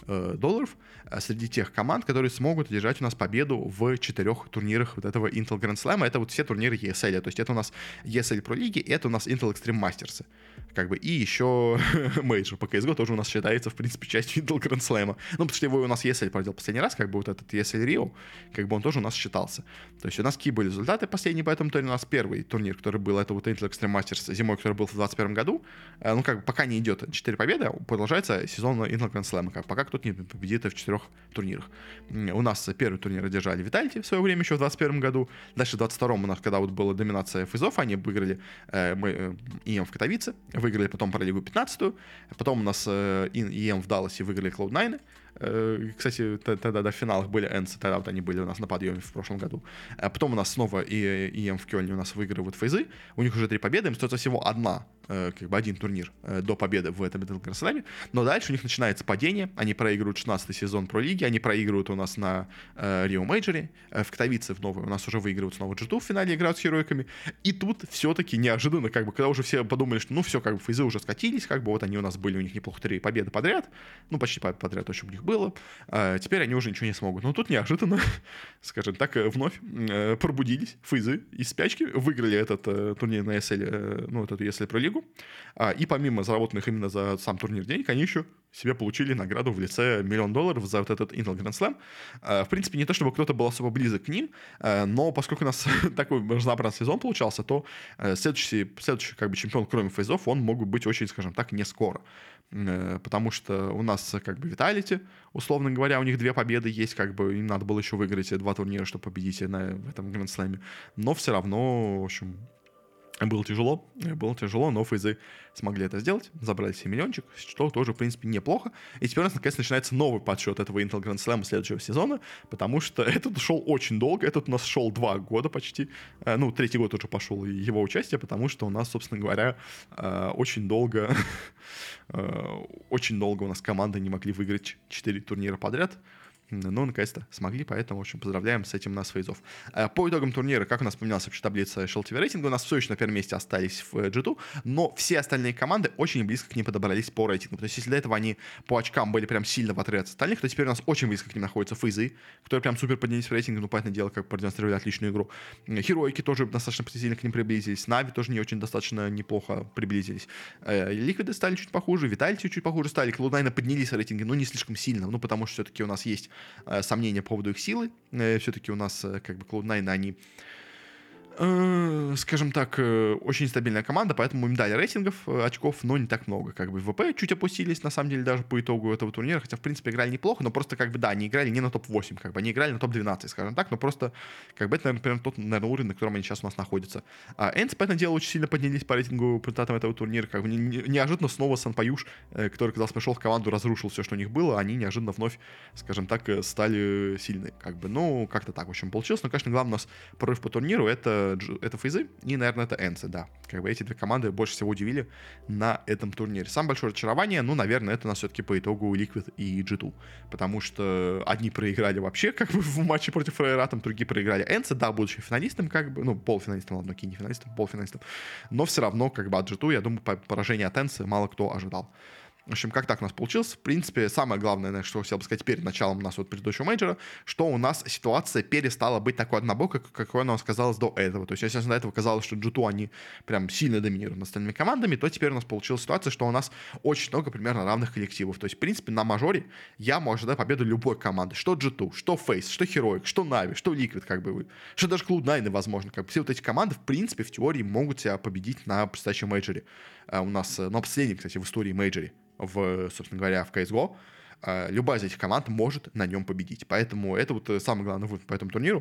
среди тех команд, которые смогут одержать у нас победу в 4 турнирах вот этого Intel Grand Slam. Это вот все турниры ESL, то есть это у нас ESL Pro League, и это у нас Intel Extreme Masters. Как бы, и еще мейджор по CSGO тоже у нас считается, в принципе, частью Intel Grand Slam. Ну, потому что его у нас ESL проделал последний раз, как бы вот этот ESL Rio, как бы он тоже у нас считался. То есть у нас какие были результаты последние по этому турниру? У нас первый турнир, который был, это вот Intel Extreme Masters зимой, который был в 2021 году. Ну, как бы пока не идет 4 победы, продолжается сезон Intel Grand Slam, как пока кто-то не победит в 4 турнирах. У нас первый турнир одержали Vitality в свое время еще в 2021 году. Дальше в 2022 у нас, когда вот была доминация фейзов, они выиграли EM в Катовице, выиграли потом Пролигу 15-ю, потом у нас EM в Далласе выиграли Cloud9. Кстати, тогда в финалах были Энцы, тогда вот они были у нас на подъеме в прошлом году. Потом у нас снова EM в Кёльне у нас выигрывают фейзы. У них уже 3 победы, им остается всего один турнир до победы в этом Intel Grand Slam. Но дальше у них начинается падение. Они проигрывают 16-й сезон Про Лиги, они проигрывают у нас на Рио Мейджоре. В Катовице в новой у нас уже выигрывают снова G2 в финале, играют с героиками. И тут все-таки неожиданно, как бы, когда уже все подумали, что ну все, как бы фейзы уже скатились, как бы вот они у нас были, у них неплохо 3 победы подряд. Ну, почти подряд, то, что у них было. Теперь они уже ничего не смогут. Но тут неожиданно, скажем так, вновь пробудились фейзы из спячки, выиграли этот турнир на ESL, ну, вот эту ESL Pro League, рейтингу. И помимо заработанных именно за сам турнир денег, они еще себе получили награду в лице $1 миллион за вот этот Intel Grand Slam. В принципе, не то, чтобы кто-то был особо близок к ним, но поскольку у нас такой разнообразный сезон получался, то следующий как бы чемпион, кроме фейзов, он мог бы быть очень, скажем так, не скоро. Потому что у нас как бы Vitality, условно говоря, у них 2 победы есть, как бы им надо было еще выиграть 2 турнира, чтобы победить в этом Grand Slam. Но все равно, в общем, было тяжело, но фейзы смогли это сделать, забрали себе миллиончик, что тоже, в принципе, неплохо. И теперь у нас, наконец, начинается новый подсчет этого Intel Grand Slam следующего сезона, потому что этот шел очень долго, этот у нас шел 2 года почти, 3-й год уже пошел его участие, потому что у нас, собственно говоря, очень долго у нас команды не могли выиграть 4 турнира подряд. Но, наконец-то, смогли, поэтому, в общем, поздравляем с этим нас фейзов. По итогам турнира, как у нас поменялась вообще таблица Shell TV рейтинга, у нас все еще на первом месте остались в G2, но все остальные команды очень близко к ним подобрались по рейтингу. То есть, если до этого они по очкам были прям сильно в отрыве от остальных, то теперь у нас очень близко к ним находятся фейзы, которые прям супер поднялись в рейтинге, понятное дело, как продемонстрировали отличную игру. Херойки тоже достаточно сильно к ним приблизились, Нави тоже не очень достаточно неплохо приблизились. Ликвиды стали чуть похуже, Vitality чуть похуже стали, Cloud9 поднялись в рейтинге, но не слишком сильно, потому что все-таки у нас есть сомнения по поводу их силы. Все-таки у нас как бы Cloud9, они, скажем так, очень стабильная команда, поэтому им дали рейтингов, очков, но не так много. Как бы ВП чуть опустились, на самом деле, даже по итогу этого турнира, хотя, в принципе, играли неплохо, но просто, как бы, да, они играли не на топ-8, как бы, они играли на топ-12, скажем так, но просто, как бы, это, наверное, тот, уровень, на котором они сейчас у нас находятся. Энс, понятное дело, очень сильно поднялись по рейтингу результатам этого турнира, как бы, неожиданно снова Санпаюш, который, когда пришел в команду, разрушил все, что у них было, они неожиданно вновь, скажем так, стали сильны, как бы, как-то так, в общем, получилось, но, конечно, главный у нас прорыв по турниру — это фейзы и, наверное, это Энсы, да. Как бы эти 2 команды больше всего удивили на этом турнире. Самое большое разочарование, наверное, это у нас все-таки по итогу Liquid и G2. Потому что одни проиграли вообще, как бы, в матче против Рейратом, другие проиграли Энсы, да, будучи финалистом, как бы, полуфиналистом, ладно, окей, не финалистом, полуфиналистом. Но все равно, как бы, от G2, я думаю, поражение от Энсы мало кто ожидал. В общем, как так у нас получилось? В принципе, самое главное, что хотел бы сказать перед началом у нас предыдущего мейджора, что у нас ситуация перестала быть такой однобокой, какой она у нас казалась до этого. То есть, если до этого казалось, что G2, они прям сильно доминируют над остальными командами, то теперь у нас получилась ситуация, что у нас очень много примерно равных коллективов. То есть, в принципе, на мажоре я могу ожидать победу любой команды. Что G2, что FaZe, что Heroic, что Navi, что Liquid, как бы, что даже Cloud9, возможно. Как бы все вот эти команды, в принципе, в теории могут себя победить на предстоящем мейджоре. У нас, последний, кстати, в истории мейджоре, собственно говоря, в CSGO, любая из этих команд может на нем победить. Поэтому это вот самый главный вывод по этому турниру.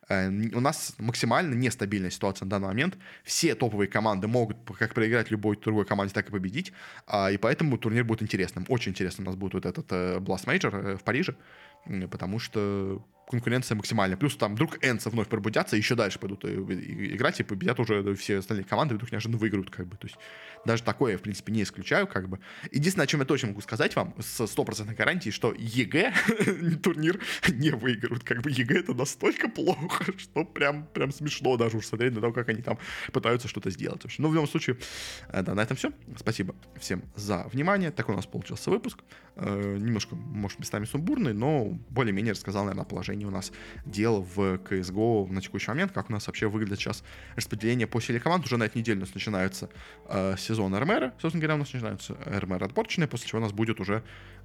У нас максимально нестабильная ситуация на данный момент. Все топовые команды могут как проиграть любой другой команде, так и победить. И поэтому турнир будет интересным. Очень интересным у нас будет вот этот Blast Major в Париже, потому что конкуренция максимальная. Плюс там вдруг Энцы вновь пробудятся, и еще дальше пойдут играть, и победят уже все остальные команды, и вдруг неожиданно выиграют, как бы. То есть даже такое я, в принципе, не исключаю, как бы. Единственное, о чем я точно могу сказать вам с 100% гарантией, что ЕГЭ турнир не выиграют. Как бы ЕГЭ это настолько плохо, что прям смешно даже уж смотреть на то, как они там пытаются что-то сделать. В общем, в любом случае, да, на этом все. Спасибо всем за внимание. Такой у нас получился выпуск. Немножко, может, местами сумбурный, но более-менее рассказал, наверное, о положении у нас дел в CSGO на текущий момент, как у нас вообще выглядит сейчас распределение по силе команд. Уже на этой неделе у нас начинается сезон РМР, собственно говоря, у нас начинаются РМР отборочные, после чего у нас будет уже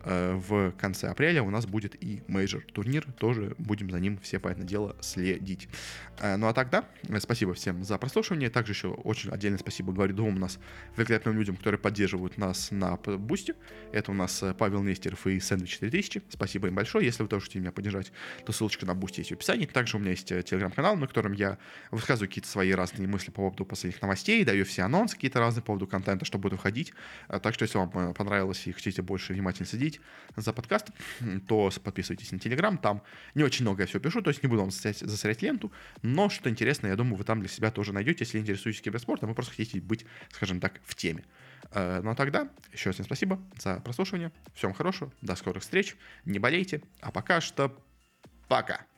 в конце апреля у нас будет и мейджор турнир, тоже будем за ним все, понятное дело, следить. Ну а тогда, спасибо всем за прослушивание, также еще очень отдельное спасибо говорю 2 у нас великолепным людям, которые поддерживают нас на Бусти. Это у нас Павел Нестеров и Сэндвич 3000, спасибо им большое. Если вы тоже хотите меня поддержать, то ссылочка на Бусти есть в описании. Также у меня есть телеграм-канал, на котором я высказываю какие-то свои разные мысли по поводу последних новостей, даю все анонсы какие-то разные по поводу контента, что будет выходить. Так что, если вам понравилось и хотите больше внимательно следить за подкастом, то подписывайтесь на Телеграм, там не очень много я все пишу, то есть не буду вам засорять ленту, но что-то интересное, я думаю, вы там для себя тоже найдете, если интересуетесь киберспортом, вы просто хотите быть, скажем так, в теме. Ну а тогда еще раз всем спасибо за прослушивание, всем хорошего, до скорых встреч, не болейте, а пока что пока.